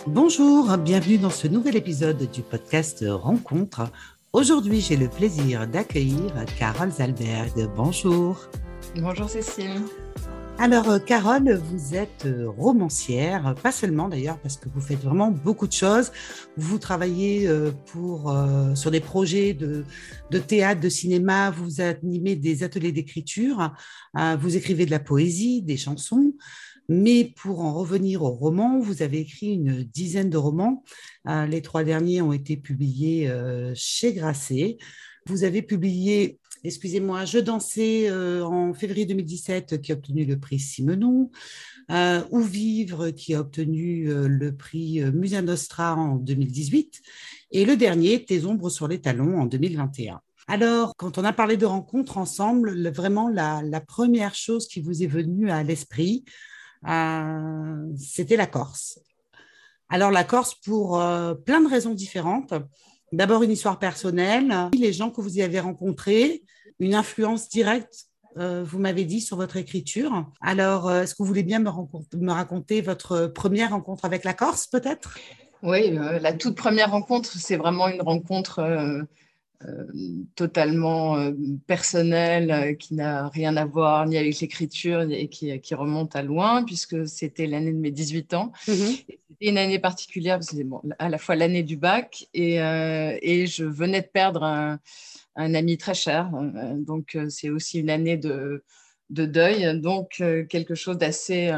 Bonjour, bienvenue dans ce nouvel épisode du podcast Rencontre. Aujourd'hui, j'ai le plaisir d'accueillir Carole Zalberg. Bonjour. Bonjour Cécile. Alors, Carole, vous êtes romancière, pas seulement d'ailleurs, parce que vous faites vraiment beaucoup de choses. Vous travaillez sur des projets de théâtre, de cinéma, vous animez des ateliers d'écriture, vous écrivez de la poésie, des chansons. Mais pour en revenir au roman, vous avez écrit une dizaine de romans. Les 3 derniers ont été publiés chez Grasset. Vous avez publié, excusez-moi, Je dansais en février 2017, qui a obtenu le prix Simenon, Où vivre, qui a obtenu le prix Musa Nostra en 2018, et le dernier, Tes ombres sur les talons, en 2021. Alors, quand on a parlé de rencontres ensemble, vraiment la première chose qui vous est venue à l'esprit, c'était la Corse. Alors, la Corse pour plein de raisons différentes. D'abord, une histoire personnelle, les gens que vous y avez rencontrés, une influence directe, vous m'avez dit, sur votre écriture. Alors, est-ce que vous voulez bien me raconter votre première rencontre avec la Corse, peut-être ? Oui, la toute première rencontre, c'est vraiment une rencontre totalement personnelle, qui n'a rien à voir ni avec l'écriture et qui remonte à loin, puisque c'était l'année de mes 18 ans. Et c'était une année particulière, parce que c'était à la fois l'année du bac et je venais de perdre un ami très cher. Donc, c'est aussi une année de deuil, donc quelque chose d'assez...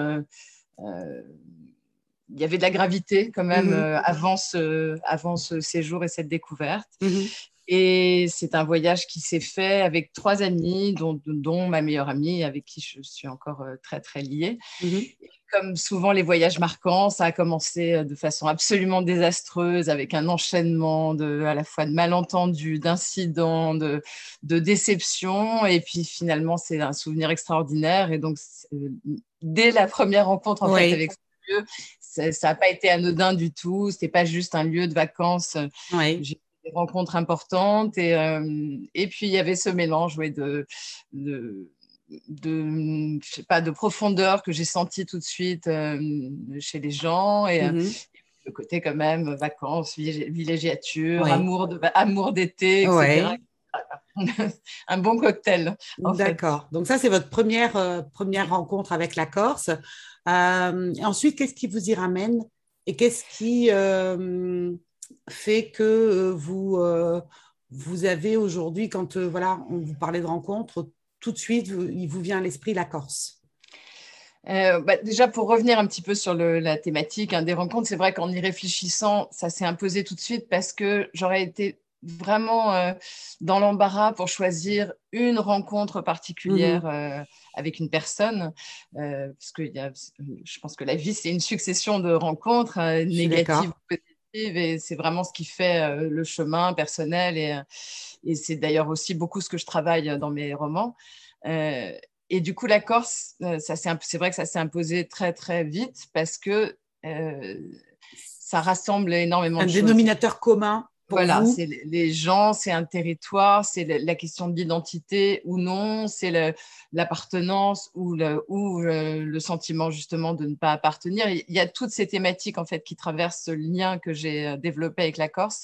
il y avait de la gravité quand même avant ce séjour et cette découverte. Et c'est un voyage qui s'est fait avec 3 amis, dont ma meilleure amie, avec qui je suis encore très, très liée. Et comme souvent les voyages marquants, ça a commencé de façon absolument désastreuse, avec un enchaînement à la fois de malentendus, d'incidents, de déceptions. Et puis finalement, c'est un souvenir extraordinaire. Et donc, dès la première rencontre en fait, avec ce lieu, ça n'a pas été anodin du tout. Ce n'était pas juste un lieu de vacances. J'ai des rencontres importantes et puis il y avait ce mélange je sais pas, de profondeur que j'ai senti tout de suite chez les gens et le côté quand même vacances, villégiature, amour d'été, etc. Un bon cocktail, en fait. D'accord. Donc ça, c'est votre première rencontre avec la Corse. Ensuite, qu'est-ce qui vous y ramène et qu'est-ce qui fait que vous avez aujourd'hui, quand voilà, on vous parlait de rencontre, tout de suite, il vous vient à l'esprit la Corse. Déjà, pour revenir un petit peu sur la thématique des rencontres, c'est vrai qu'en y réfléchissant, ça s'est imposé tout de suite parce que j'aurais été vraiment dans l'embarras pour choisir une rencontre particulière avec une personne, parce que je pense que la vie, c'est une succession de rencontres négatives ou positives, et c'est vraiment ce qui fait le chemin personnel, et c'est d'ailleurs aussi beaucoup ce que je travaille dans mes romans. Et du coup, la Corse, c'est vrai que ça s'est imposé très, très vite parce que ça rassemble énormément de choses. Un dénominateur commun pour voilà, vous. c'est les gens, c'est un territoire, c'est la question de l'identité ou non, c'est l'appartenance ou le sentiment justement de ne pas appartenir. Il y a toutes ces thématiques en fait qui traversent ce lien que j'ai développé avec la Corse,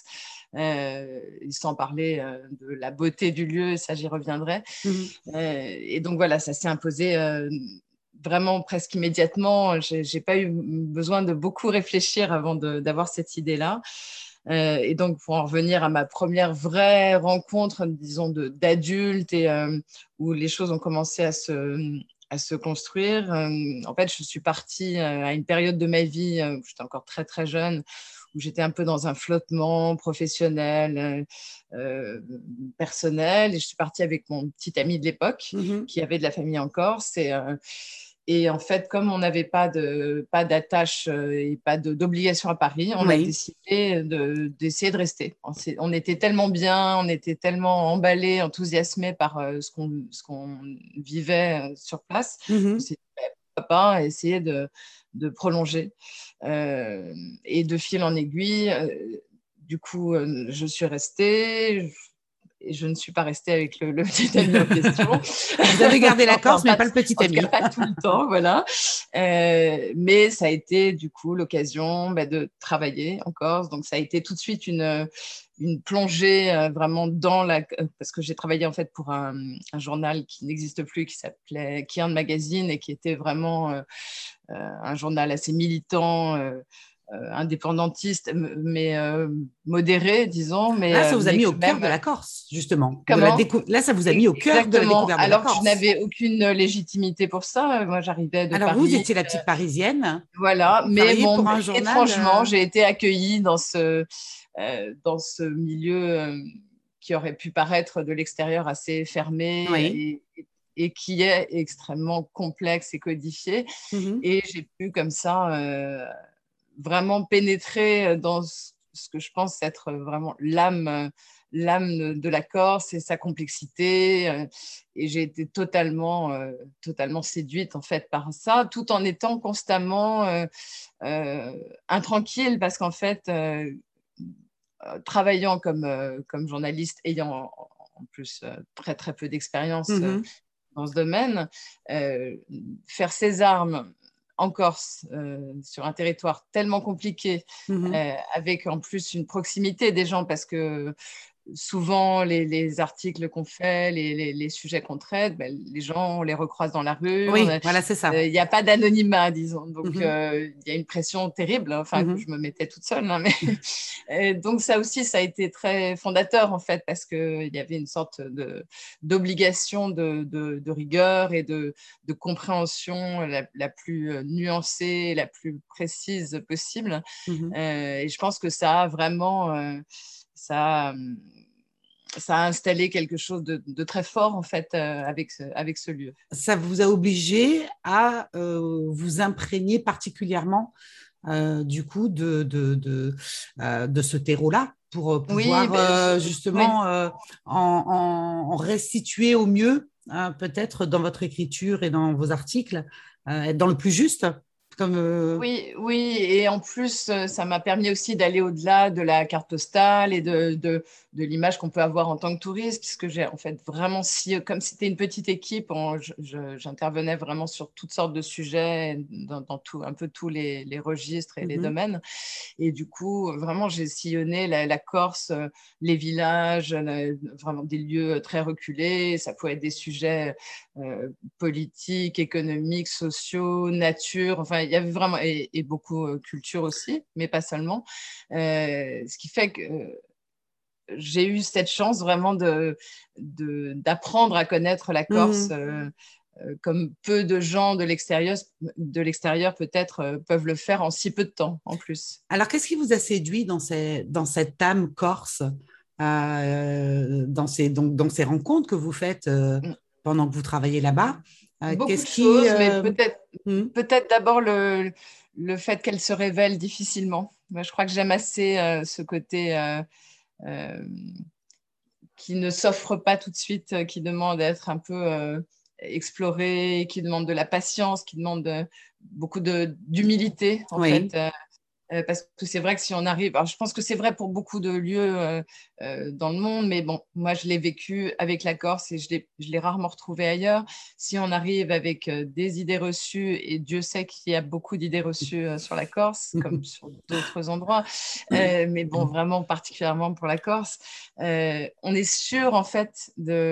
sans parler de la beauté du lieu, ça j'y reviendrai. Et donc voilà, ça s'est imposé vraiment presque immédiatement. J'ai pas eu besoin de beaucoup réfléchir avant d'avoir cette idée-là. Et donc, pour en revenir à ma première vraie rencontre, disons, d'adulte, et où les choses ont commencé à se construire, en fait, je suis partie à une période de ma vie où j'étais encore très, très jeune, où j'étais un peu dans un flottement professionnel, personnel. Et je suis partie avec mon petit ami de l'époque, qui avait de la famille en Corse. Et en fait, comme on n'avait pas d'attache et pas d'obligation à Paris, on a décidé d'essayer de rester. On était tellement bien, on était tellement emballés, enthousiasmés par ce qu'on vivait sur place. On s'est dit, pourquoi pas essayer de prolonger. Et de fil en aiguille, du coup, je suis restée. je ne suis pas restée avec le petit ami en question. Vous avez gardé la Corse, mais pas le petit ami. En tout cas, pas tout le temps, voilà. Mais ça a été du coup l'occasion de travailler en Corse. Donc, ça a été tout de suite une plongée vraiment parce que j'ai travaillé en fait pour un journal qui n'existe plus, qui s'appelait Kian Magazine et qui était vraiment un journal assez militant, indépendantiste, mais modéré, disons. Là, ça vous a mis au cœur même, de la Corse, justement. Comment Là, ça vous a mis au cœur de la découverte de la Corse. Alors que je n'avais aucune légitique pour ça. Moi, j'arrivais de Alors, Paris. vous étiez la petite Parisienne. Voilà, mais bon, pour un journal, étrangement, j'ai été accueillie dans ce milieu qui aurait pu paraître de l'extérieur assez fermé, oui. et qui est extrêmement complexe et codifié. Et j'ai pu comme ça vraiment pénétrer dans ce que je pense être vraiment l'âme de la Corse et sa complexité. Et j'ai été totalement séduite en fait par ça, tout en étant constamment intranquille, parce qu'en fait, travaillant comme journaliste, ayant en plus très très peu d'expérience dans ce domaine, faire ses armes en Corse, sur un territoire tellement compliqué, avec en plus une proximité des gens, parce que souvent les articles qu'on fait, les sujets qu'on traite, les gens, on les recroise dans la rue. Oui, voilà, c'est ça. Il n'y a pas d'anonymat, disons. Donc, il y a une pression terrible, que je me mettais toute seule. Mais donc, ça aussi, ça a été très fondateur, en fait, parce qu'il y avait une sorte d'obligation de rigueur et de compréhension la plus nuancée, la plus précise possible. Et je pense que ça a vraiment... ça a installé quelque chose de très fort, en fait, avec ce lieu. Ça vous a obligé à vous imprégner particulièrement, du coup, de ce terreau-là, pour pouvoir justement en restituer au mieux, peut-être dans votre écriture et dans vos articles, être dans le plus juste. Oui, et en plus, ça m'a permis aussi d'aller au-delà de la carte postale et de l'image qu'on peut avoir en tant que touriste, puisque j'ai en fait vraiment, comme c'était une petite équipe, j'intervenais vraiment sur toutes sortes de sujets, dans un peu tous les registres et les domaines. Et du coup, vraiment, j'ai sillonné la Corse, les villages, vraiment des lieux très reculés. Ça pouvait être des sujets politiques, économiques, sociaux, nature. Enfin, il y avait vraiment, et beaucoup culture aussi, mais pas seulement. Ce qui fait que j'ai eu cette chance vraiment d'apprendre à connaître la Corse. Comme peu de gens de l'extérieur peut-être peuvent le faire en si peu de temps en plus. Alors, qu'est-ce qui vous a séduit dans cette âme corse, dans ces rencontres que vous faites pendant que vous travaillez là-bas? Beaucoup de choses, mais peut-être d'abord le fait qu'elle se révèle difficilement. Moi, je crois que j'aime assez ce côté qui ne s'offre pas tout de suite, qui demande d'être un peu exploré, qui demande de la patience, qui demande beaucoup d'humilité, en fait. Parce que c'est vrai que si on arrive, alors je pense que c'est vrai pour beaucoup de lieux dans le monde, mais bon, moi je l'ai vécu avec la Corse et je l'ai rarement retrouvé ailleurs. Si on arrive avec des idées reçues, et Dieu sait qu'il y a beaucoup d'idées reçues sur la Corse, comme sur d'autres endroits, mais bon, vraiment particulièrement pour la Corse, on est sûr en fait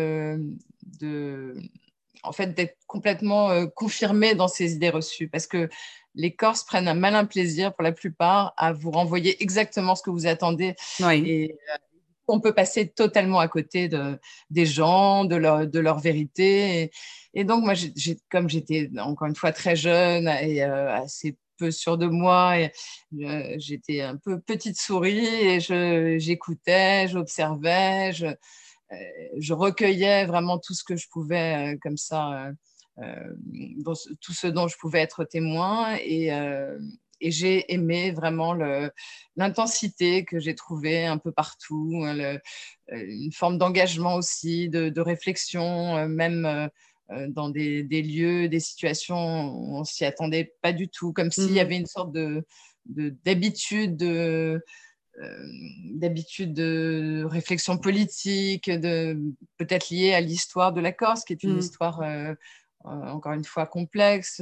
d'être complètement confirmé dans ces idées reçues, parce que les Corses prennent un malin plaisir pour la plupart à vous renvoyer exactement ce que vous attendez. Et on peut passer totalement à côté des gens, de leur vérité. Et donc, moi, comme j'étais encore une fois très jeune et assez peu sûre de moi, et j'étais un peu petite souris et j'écoutais, j'observais, je recueillais vraiment tout ce que je pouvais comme ça, tout ce dont je pouvais être témoin. Et j'ai aimé vraiment l'intensité que j'ai trouvée un peu partout, une forme d'engagement aussi, de réflexion, même dans des lieux, des situations où on ne s'y attendait pas du tout, comme s'il y avait une sorte d'habitude, d'habitudes de réflexion politique, peut-être liées à l'histoire de la Corse, qui est une histoire, encore une fois, complexe,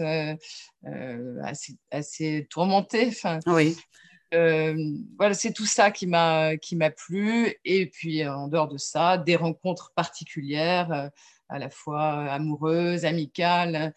assez tourmentée. Enfin, Oui. Voilà, c'est tout ça qui m'a plu. Et puis, en dehors de ça, des rencontres particulières, à la fois amoureuses, amicales,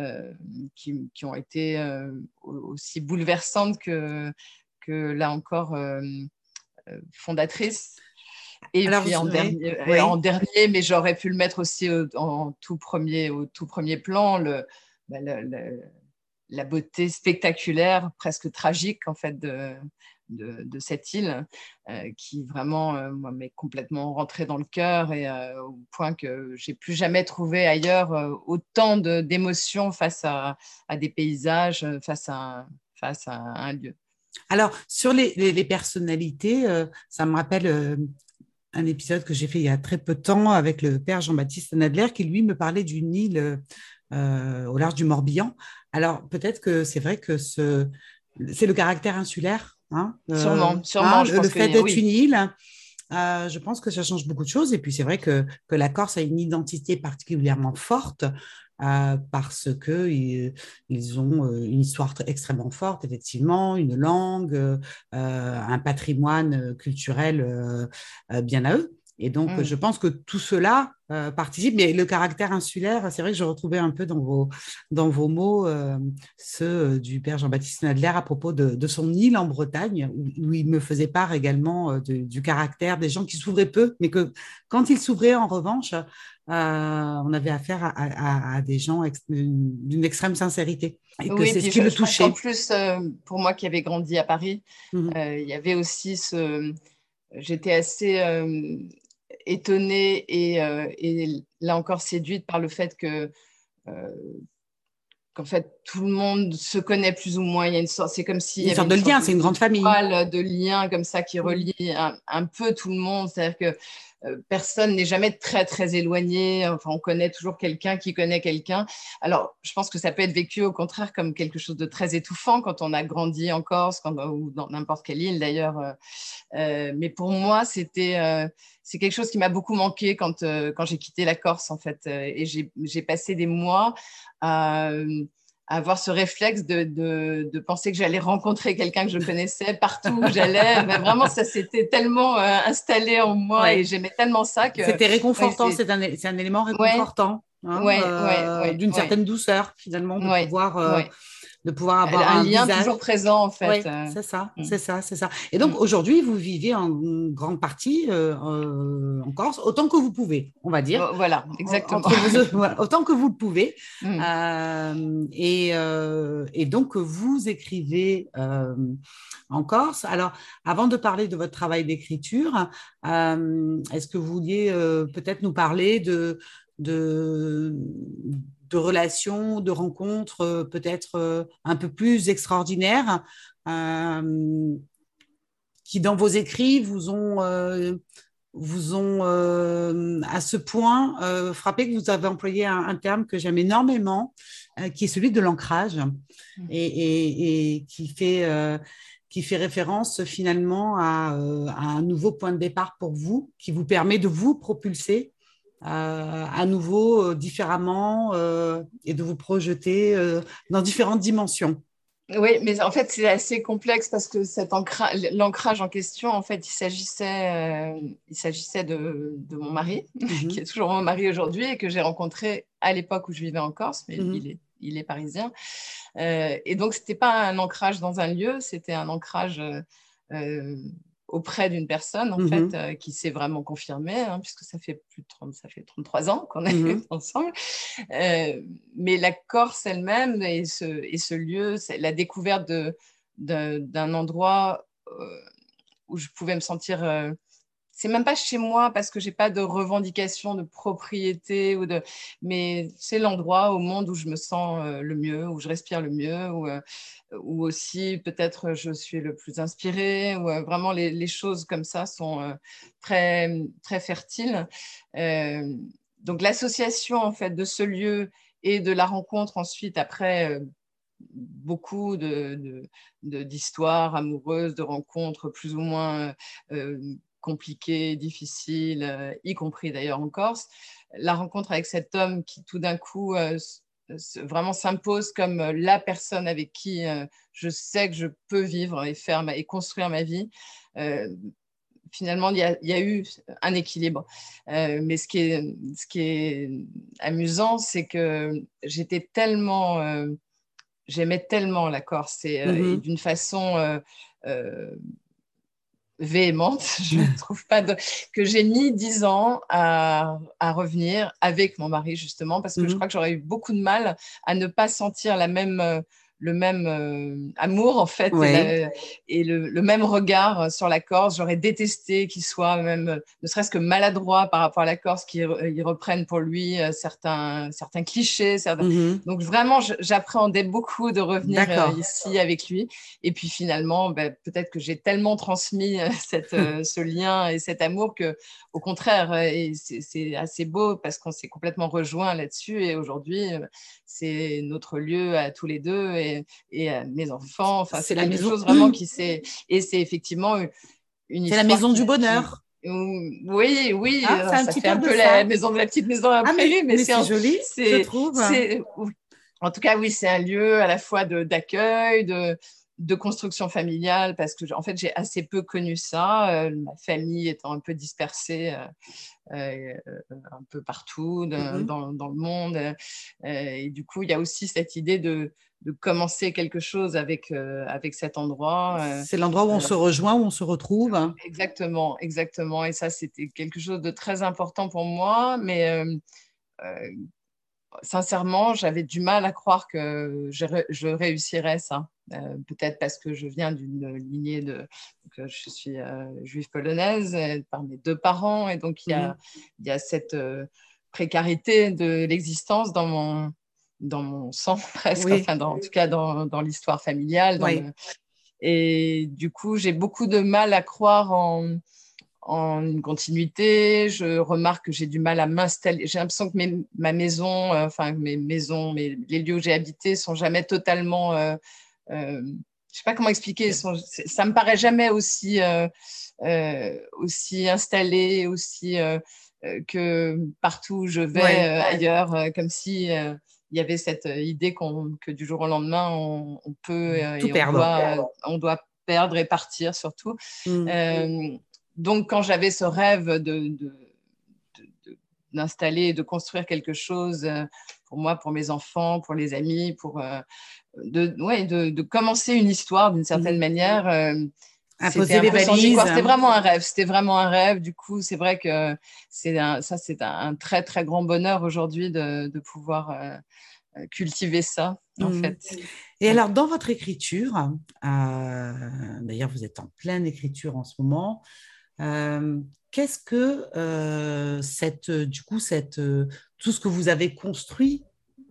qui ont été aussi bouleversantes que là encore, fondatrices. Et Alors, puis oui. en dernier, mais j'aurais pu le mettre aussi au tout premier plan, bah, la beauté spectaculaire, presque tragique en fait de cette île, qui vraiment m'est complètement rentrée dans le cœur, et au point que j'ai plus jamais trouvé ailleurs autant d'émotions face à des paysages, face à un lieu. Alors, sur les personnalités, ça me rappelle un épisode que j'ai fait il y a très peu de temps avec le père Jean-Baptiste Nadler, qui lui me parlait d'une île au large du Morbihan. Alors, peut-être que c'est vrai que c'est le caractère insulaire, hein, Sûrement, je le pense fait d'être oui. une île. Je pense que ça change beaucoup de choses. Et puis, c'est vrai que la Corse a une identité particulièrement forte parce qu'ils ont une histoire extrêmement forte, effectivement, une langue, un patrimoine culturel bien à eux. Et donc, je pense que tout cela participe. Mais le caractère insulaire, c'est vrai que je retrouvais un peu dans vos mots ceux du père Jean-Baptiste Nadler à propos de son île en Bretagne, où il me faisait part également du caractère des gens qui s'ouvraient peu, mais que quand ils s'ouvraient, en revanche, on avait affaire à des gens d'une extrême sincérité et que Oui, c'est ce puis qui le je pense qu'en touchait. plus, pour moi qui avais grandi à Paris, il y avait aussi j'étais assez étonnée et là encore séduite par le fait euh, qu'en fait tout le monde se connaît plus ou moins. Il y a c'est comme s'il y Une avait sorte une de sorte lien, c'est une de grande famille. toile de lien comme ça qui relie un peu tout le monde. C'est-à-dire que personne n'est jamais très très éloigné. Enfin, on connaît toujours quelqu'un qui connaît quelqu'un. Alors, je pense que ça peut être vécu au contraire comme quelque chose de très étouffant quand on a grandi en Corse, ou dans n'importe quelle île d'ailleurs. Mais pour moi, c'est quelque chose qui m'a beaucoup manqué quand j'ai quitté la Corse, en fait. Et j'ai passé des mois à avoir ce réflexe de penser que j'allais rencontrer quelqu'un que je connaissais partout où j'allais. Mais vraiment, ça s'était tellement installé en moi, et Ouais. j'aimais tellement ça que C'était ouais, réconfortant, c'est un élément ouais, réconfortant, hein, ouais, d'une certaine douceur, finalement, ouais, ouais. de pouvoir avoir Un un lien visage. toujours présent, en fait. Oui, c'est ça, Mm, c'est ça, c'est ça. Et donc mm. aujourd'hui, vous vivez en grande partie en Corse, autant que vous pouvez, on va dire, Voilà, exactement. entre vous, voilà, autant que vous le pouvez. Mm. Et donc, vous écrivez en Corse. Alors, avant de parler de votre travail d'écriture, est-ce que vous vouliez peut-être nous parler de, de relations, de rencontres peut-être un peu plus extraordinaires qui, dans vos écrits, vous ont à ce point frappé que vous avez employé un terme que j'aime énormément, qui est celui de l'ancrage, et qui fait référence finalement à un nouveau point de départ pour vous, qui vous permet de vous propulser à nouveau différemment et de vous projeter dans différentes dimensions. Oui, mais en fait, c'est assez complexe parce que l'ancrage en question, en fait, il s'agissait de mon mari, qui Mhm, est toujours mon mari aujourd'hui et que j'ai rencontré à l'époque où je vivais en Corse, mais mhm, il est parisien. Et donc, c'était pas un ancrage dans un lieu, c'était un ancrage euh, auprès d'une personne, en fait, mhm, qui s'est vraiment confirmée, hein, puisque ça fait 33 ans qu'on est mhm. ensemble. Mais la Corse elle-même et ce lieu, c'est la découverte d'un endroit où je pouvais me sentir. C'est même pas chez moi parce que j'ai pas de revendication de propriété mais c'est l'endroit au monde où je me sens le mieux, où je respire le mieux, où aussi peut-être je suis le plus inspirée, où vraiment les choses comme ça sont très très fertiles. Euh, donc l'association en fait de ce lieu et de la rencontre ensuite après beaucoup d'histoires amoureuses, de rencontres plus ou moins compliquées, difficiles, y compris d'ailleurs en Corse. La rencontre avec cet homme qui tout d'un coup vraiment s'impose comme la personne avec qui je sais que je peux vivre et construire ma vie. Finalement, il y a eu un équilibre. Mais ce qui est amusant, c'est que j'aimais tellement la Corse et d'une façon véhémente, je ne trouve pas que j'ai mis 10 ans à revenir avec mon mari, justement, parce que je crois que j'aurais eu beaucoup de mal à ne pas sentir le même amour, en fait, et le même regard sur la Corse. J'aurais détesté qu'il soit même, ne serait-ce que maladroit par rapport à la Corse, qu'il reprenne pour lui certains clichés. Donc, vraiment, j'appréhendais beaucoup de revenir ici avec lui. Et puis, finalement, peut-être que j'ai tellement transmis ce lien et cet amour qu'au contraire, et c'est assez beau parce qu'on s'est complètement rejoints là-dessus. Et aujourd'hui, c'est notre lieu à tous les deux et à mes enfants. Enfin, c'est quelque chose vraiment qui s'est... Et c'est effectivement une histoire... C'est la maison du bonheur. Oui, ça fait un peu la petite maison à prairie, mais c'est joli, je trouve. En tout cas, oui, c'est un lieu à la fois d'accueil, de construction familiale, parce que en fait, j'ai assez peu connu ça, ma famille étant un peu dispersée un peu partout dans le monde. Et du coup, il y a aussi cette idée de commencer quelque chose avec cet endroit. C'est l'endroit où on se rejoint, où on se retrouve. Exactement, exactement. Et ça, c'était quelque chose de très important pour moi, mais sincèrement, j'avais du mal à croire que je réussirais ça. Peut-être parce que je viens d'une lignée je suis juive polonaise par mes 2 parents, et donc il y a cette précarité de l'existence dans mon sang presque, enfin en tout cas dans l'histoire familiale. Et du coup, j'ai beaucoup de mal à croire en une continuité. Je remarque que j'ai du mal à m'installer. J'ai l'impression que ma maison, les lieux où j'ai habité sont jamais totalement. Je ne sais pas comment expliquer. Ça me paraît jamais aussi installé, aussi que partout où je vais ailleurs, comme si il y avait cette idée que du jour au lendemain on peut tout et perdre. on doit perdre et partir surtout. Donc, quand j'avais ce rêve d'installer, de construire quelque chose pour moi, pour mes enfants, pour les amis, de commencer une histoire d'une certaine manière, c'était un peu sans y croire. C'était vraiment un rêve. C'était vraiment un rêve. Du coup, c'est vrai que c'est un très, très grand bonheur aujourd'hui de pouvoir cultiver ça, en fait. Et alors, dans votre écriture, d'ailleurs, vous êtes en pleine écriture en ce moment, qu'est-ce que tout ce que vous avez construit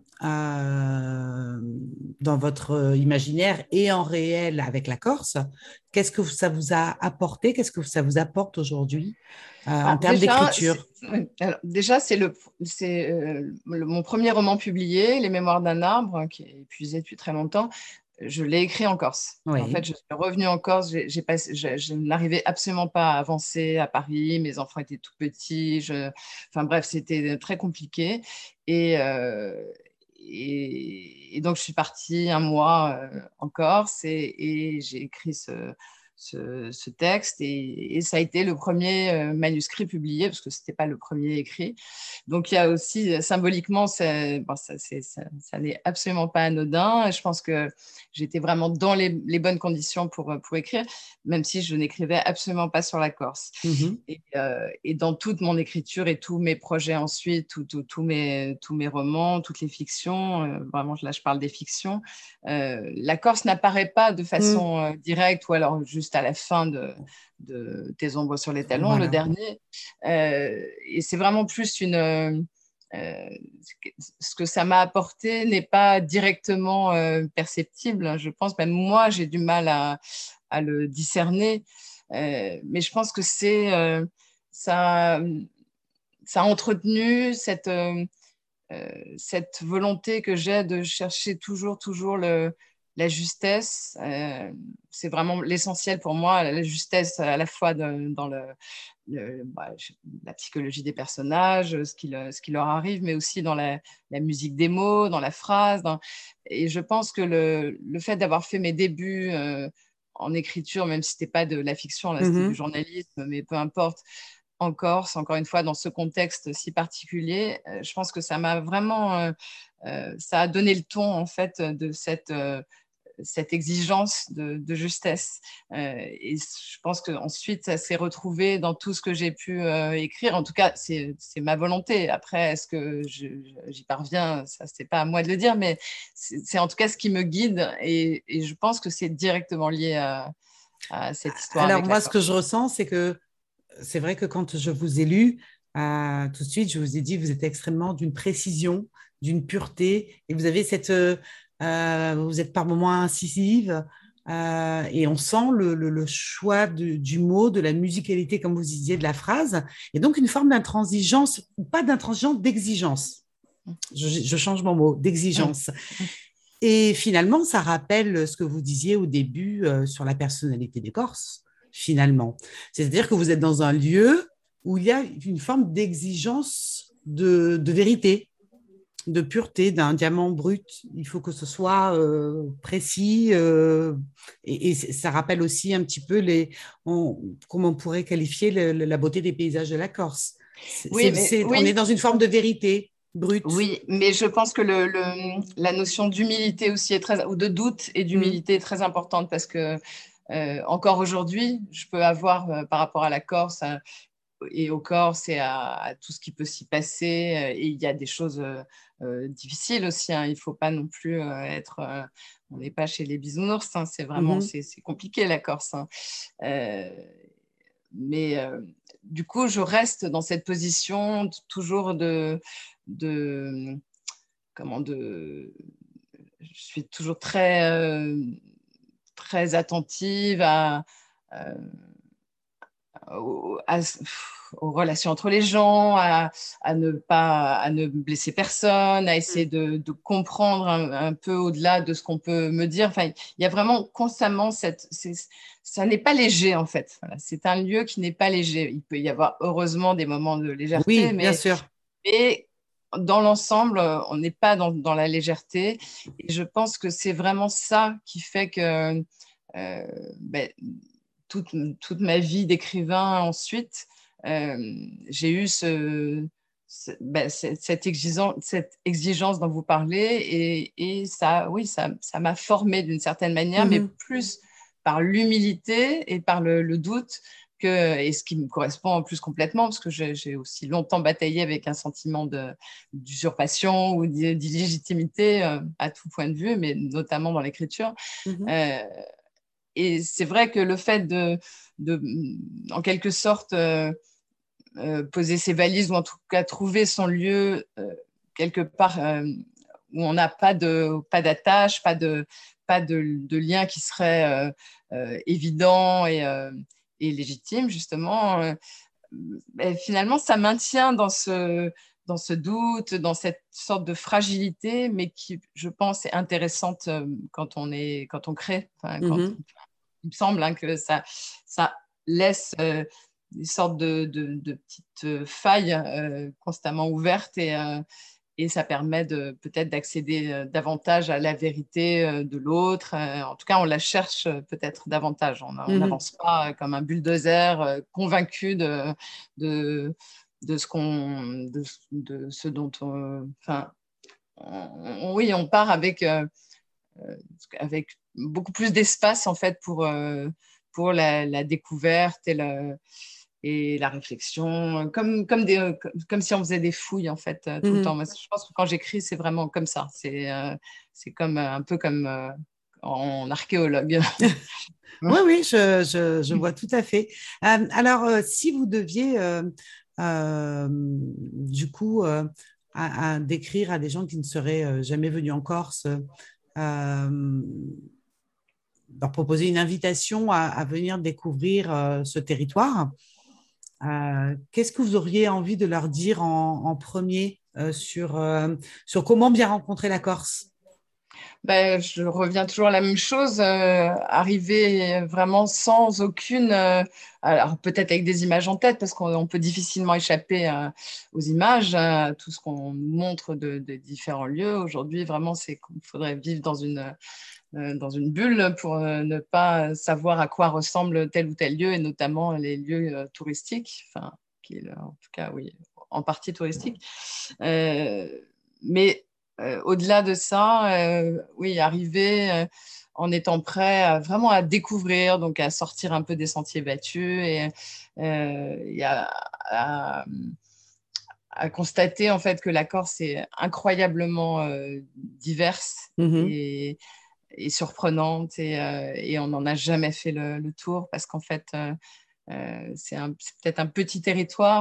dans votre imaginaire et en réel avec la Corse, qu'est-ce que ça vous a apporté? Qu'est-ce que ça vous apporte aujourd'hui en termes d'écriture? Déjà, c'est mon premier roman publié, Les Mémoires d'un arbre, qui est épuisé depuis très longtemps. Je l'ai écrit en Corse. En fait, je suis revenue en Corse. Je n'arrivais absolument pas à avancer à Paris. Mes enfants étaient tout petits. Enfin bref, c'était très compliqué. Et donc, je suis partie un mois en Corse et j'ai écrit ce texte et ça a été le premier manuscrit publié parce que ce n'était pas le premier écrit. Donc, il y a aussi symboliquement, ça n'est absolument pas anodin. Je pense que j'étais vraiment dans les bonnes conditions pour écrire, même si je n'écrivais absolument pas sur la Corse. Et dans toute mon écriture et tous mes projets ensuite, tous mes romans, toutes les fictions, vraiment là je parle des fictions, la Corse n'apparaît pas de façon directe ou alors juste à la fin de Tes ombres sur les talons, le dernier. Et c'est vraiment plus ce que ça m'a apporté n'est pas directement perceptible. Je pense, même moi, j'ai du mal à le discerner. Mais je pense que ça a entretenu cette volonté que j'ai de chercher toujours la justesse, c'est vraiment l'essentiel pour moi, la justesse à la fois dans la psychologie des personnages, ce qui leur arrive, mais aussi dans la musique des mots, dans la phrase. Et je pense que le fait d'avoir fait mes débuts en écriture, même si ce n'était pas de la fiction, là, c'était du journalisme, mais peu importe, en Corse, encore une fois, dans ce contexte si particulier, je pense que ça m'a vraiment, ça a donné le ton en fait de cette exigence de justesse. Et je pense qu'ensuite, ça s'est retrouvé dans tout ce que j'ai pu écrire. En tout cas, c'est ma volonté. Après, est-ce que j'y parviens? Ça, c'est pas à moi de le dire, mais c'est en tout cas ce qui me guide. Et je pense que c'est directement lié à cette histoire Alors, avec la moi, ce Corse. que je ressens, c'est que c'est vrai que quand je vous ai lu, tout de suite, je vous ai dit, vous êtes extrêmement d'une précision, d'une pureté, et vous avez vous êtes par moments incisive, et on sent le choix du mot, de la musicalité, comme vous disiez, de la phrase, et donc une forme d'intransigeance, ou pas d'intransigeance, d'exigence. Je change mon mot, d'exigence. Et finalement, ça rappelle ce que vous disiez au début sur la personnalité des Corses, finalement. C'est-à-dire que vous êtes dans un lieu où il y a une forme d'exigence de vérité, de pureté, d'un diamant brut. Il faut que ce soit précis. Et ça rappelle aussi un petit peu comment on pourrait qualifier la beauté des paysages de la Corse. Oui, mais On est oui. dans une forme de vérité brute. Oui, mais je pense que la notion d'humilité aussi ou de doute et Mm. d'humilité est très importante parce que encore aujourd'hui, je peux avoir par rapport à la Corse et au Corse et à tout ce qui peut s'y passer. Et il y a des choses difficiles aussi. Hein. Il ne faut pas non plus on n'est pas chez les bisounours. Hein. C'est vraiment, Mhm. c'est compliqué la Corse. Hein. Euh, mais du coup, je reste dans cette position toujours de comment je suis toujours très attentive euh, à, aux relations entre les gens, à ne blesser personne, à essayer de comprendre un peu au-delà de ce qu'on peut me dire. Enfin, il y a vraiment constamment ça n'est pas léger en fait. Voilà, c'est un lieu qui n'est pas léger. Il peut y avoir heureusement des moments de légèreté, Oui, bien sûr. mais dans l'ensemble, on n'est pas dans la légèreté. Et je pense que c'est vraiment ça qui fait que euh, ben, toute ma vie d'écrivain ensuite, euh, j'ai eu cette exigence dont vous parlez et ça, oui, ça m'a formé d'une certaine manière, mais Mhm. plus par l'humilité et par le doute et ce qui me correspond en plus complètement, parce que j'ai aussi longtemps bataillé avec un sentiment d'usurpation ou d'illégitimité à tout point de vue, mais notamment dans l'écriture. Mhm. Euh, et c'est vrai que le fait de en quelque sorte, poser ses valises ou en tout cas trouver son lieu quelque part où on n'a pas d'attache, pas de lien qui serait évident et légitime, justement, finalement, ça maintient dans ce doute, dans cette sorte de fragilité, mais qui, je pense, est intéressante quand on crée, enfin, Mhm. il me semble hein, que ça laisse des sortes de petites failles constamment ouvertes et ça permet peut-être d'accéder davantage à la vérité de l'autre. En tout cas, on la cherche peut-être davantage. On Mhm. n'avance pas comme un bulldozer convaincu de, de ce dont on... Enfin, oui, on part avec beaucoup plus d'espace en fait pour la découverte et la réflexion, comme si on faisait des fouilles en fait tout le temps. Mhm. Moi, je pense que quand j'écris, c'est vraiment comme ça. C'est comme un peu comme en archéologue. Oui, oui, je vois tout à fait. Alors, si vous deviez, du coup, décrire à des gens qui ne seraient jamais venus en Corse, leur proposer une invitation à venir découvrir ce territoire, qu'est-ce que vous auriez envie de leur dire en premier sur comment bien rencontrer la Corse. Ben, je reviens toujours à la même chose, arriver vraiment sans aucune, alors peut-être avec des images en tête, parce qu'on peut difficilement échapper aux images, à tout ce qu'on nous montre de différents lieux. Aujourd'hui, vraiment, c'est qu'il faudrait vivre dans une bulle pour ne pas savoir à quoi ressemble tel ou tel lieu, et notamment les lieux touristiques, enfin, en tout cas, oui, en partie touristiques. Mais au-delà de ça, oui, arriver en étant prêt vraiment à découvrir, donc à sortir un peu des sentiers battus et à constater en fait que la Corse est incroyablement diverse Mhm. et surprenante et on n'en a jamais fait le tour parce qu'en fait c'est peut-être un petit territoire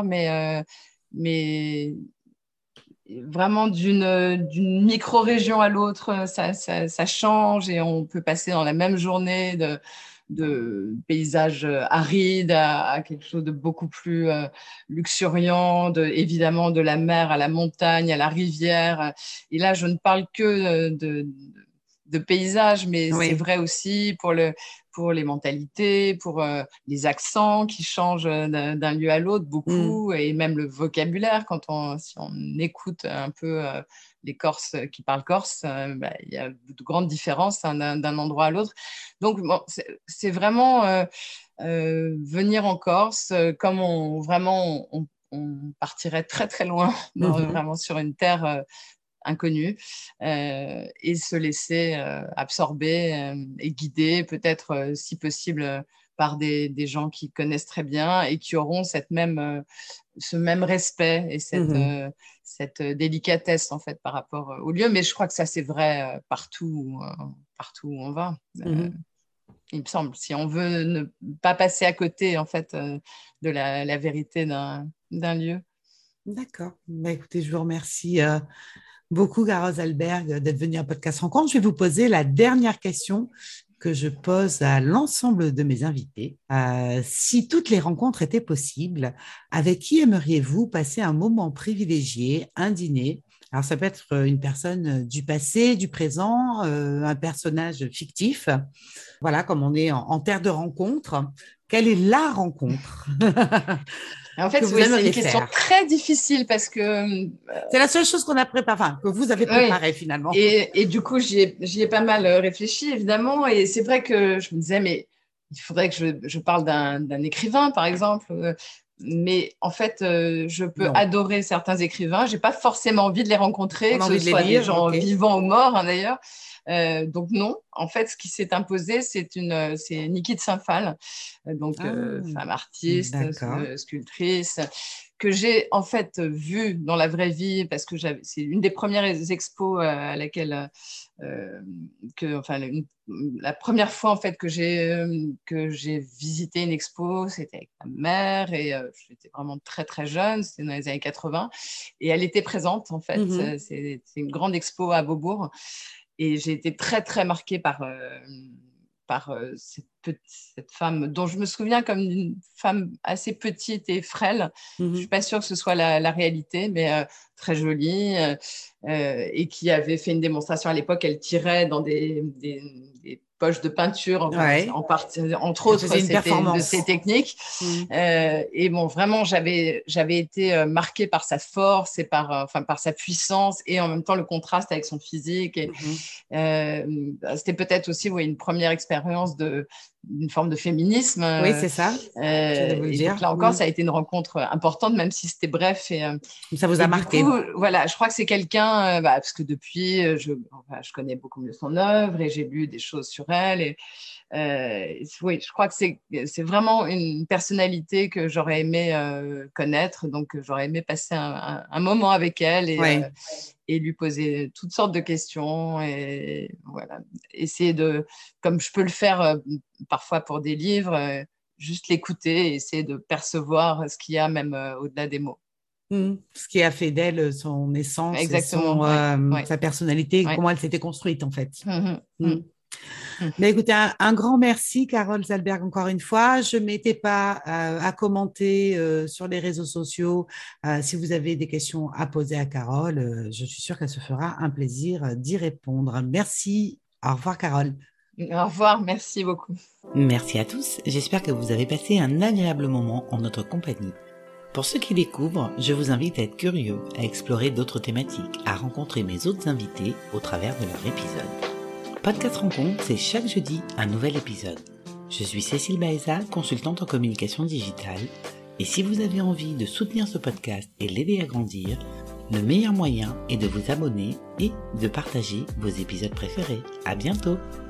mais vraiment d'une micro-région à l'autre, ça change et on peut passer dans la même journée de paysages arides à quelque chose de beaucoup plus luxuriant, évidemment de la mer à la montagne, à la rivière. Et là, je ne parle que de paysages, mais c'est Oui. vrai aussi pour les mentalités, pour les accents qui changent d'un lieu à l'autre Mm. beaucoup, et même le vocabulaire. Si on écoute un peu les Corses qui parlent corse, bah, il y a de grandes différences hein, d'un endroit à l'autre. Donc, bon, c'est vraiment venir en Corse comme on partirait très très loin, Mhm. vraiment sur une terre inconnue, et se laisser absorber et guider, peut-être si possible par des gens qui connaissent très bien et qui auront ce même respect et Mhm. cette délicatesse en fait par rapport au lieu. Mais je crois que ça c'est vrai partout où on va. Mhm. Il me semble, si on veut ne pas passer à côté en fait de la vérité d'un lieu. D'accord. Bah, écoutez, je vous remercie beaucoup, Garose Alberg, d'être venue à Podcast Rencontre. Je vais vous poser la dernière question que je pose à l'ensemble de mes invités. Si toutes les rencontres étaient possibles, avec qui aimeriez-vous passer un moment privilégié, un dîner? Alors, ça peut être une personne du passé, du présent, un personnage fictif. Voilà, comme on est en terre de rencontre. Quelle est la rencontre En que fait, vous oui, c'est une aimeriez question faire? très difficile parce que C'est la seule chose qu'on a préparée, enfin, que vous avez oui. préparée finalement. Et du coup, j'y ai pas mal réfléchi, évidemment. Et c'est vrai que je me disais, mais il faudrait que je parle d'un écrivain, par exemple. Mais en fait, je peux Non. adorer certains écrivains. J'ai pas forcément envie de les rencontrer, On que a ce envie de les soit des lire, gens ok. vivants ou morts, hein, d'ailleurs. Donc non, en fait, ce qui s'est imposé, c'est Niki de Saint-Phal, donc Ah, femme artiste, d'accord. sculptrice, que j'ai en fait vue dans la vraie vie parce que c'est une des premières expos à laquelle enfin la première fois en fait que j'ai visité une expo, c'était avec ma mère et j'étais vraiment très très jeune, c'était dans les années 80 et elle était présente en fait. Mhm. C'est une grande expo à Beaubourg et j'ai été très très marquée par cette femme dont je me souviens comme une femme assez petite et frêle. Je suis Mhm. pas sûre que ce soit la réalité, mais très jolie et qui avait fait une démonstration à l'époque. Elle tirait dans des poches de peinture, enfin, Ouais. en partie, entre Elle autres, faisait une c'était une de performance. ses techniques. Mhm. Et bon, vraiment, j'avais été marquée par sa force et enfin, par sa puissance et en même temps le contraste avec son physique. Mhm. C'était peut-être aussi ouais, une première expérience d'une forme de féminisme. Oui, c'est ça. J'allais vous le Et donc dire. là encore, Mhm. ça a été une rencontre importante, même si c'était bref. Ça vous a Et du coup, marqué. voilà, je crois que c'est quelqu'un, parce que depuis, enfin, je connais beaucoup mieux son œuvre et j'ai lu des choses sur elle. Oui, je crois que c'est vraiment une personnalité que j'aurais aimé connaître. Donc, j'aurais aimé passer un moment avec elle Ouais. et lui poser toutes sortes de questions et voilà, essayer comme je peux le faire parfois pour des livres, juste l'écouter et essayer de percevoir ce qu'il y a même au-delà des mots. Mhm. Ce qui a fait d'elle son essence et Exactement, oui, oui, sa personnalité, oui. comment elle s'était construite en fait. Mhm, mhm. Mhm. Mais écoutez, un grand merci, Carole Zalberg, encore une fois. Je ne m'étais pas à commenter sur les réseaux sociaux. Si vous avez des questions à poser à Carole, je suis sûre qu'elle se fera un plaisir d'y répondre. Merci. Au revoir, Carole. Au revoir, merci beaucoup. Merci à tous, j'espère que vous avez passé un agréable moment en notre compagnie. Pour ceux qui découvrent, je vous invite à être curieux, à explorer d'autres thématiques, à rencontrer mes autres invités au travers de leur épisode. Podcast Rencontre, c'est chaque jeudi un nouvel épisode. Je suis Cécile Baeza, consultante en communication digitale, et si vous avez envie de soutenir ce podcast et l'aider à grandir, le meilleur moyen est de vous abonner et de partager vos épisodes préférés. À bientôt!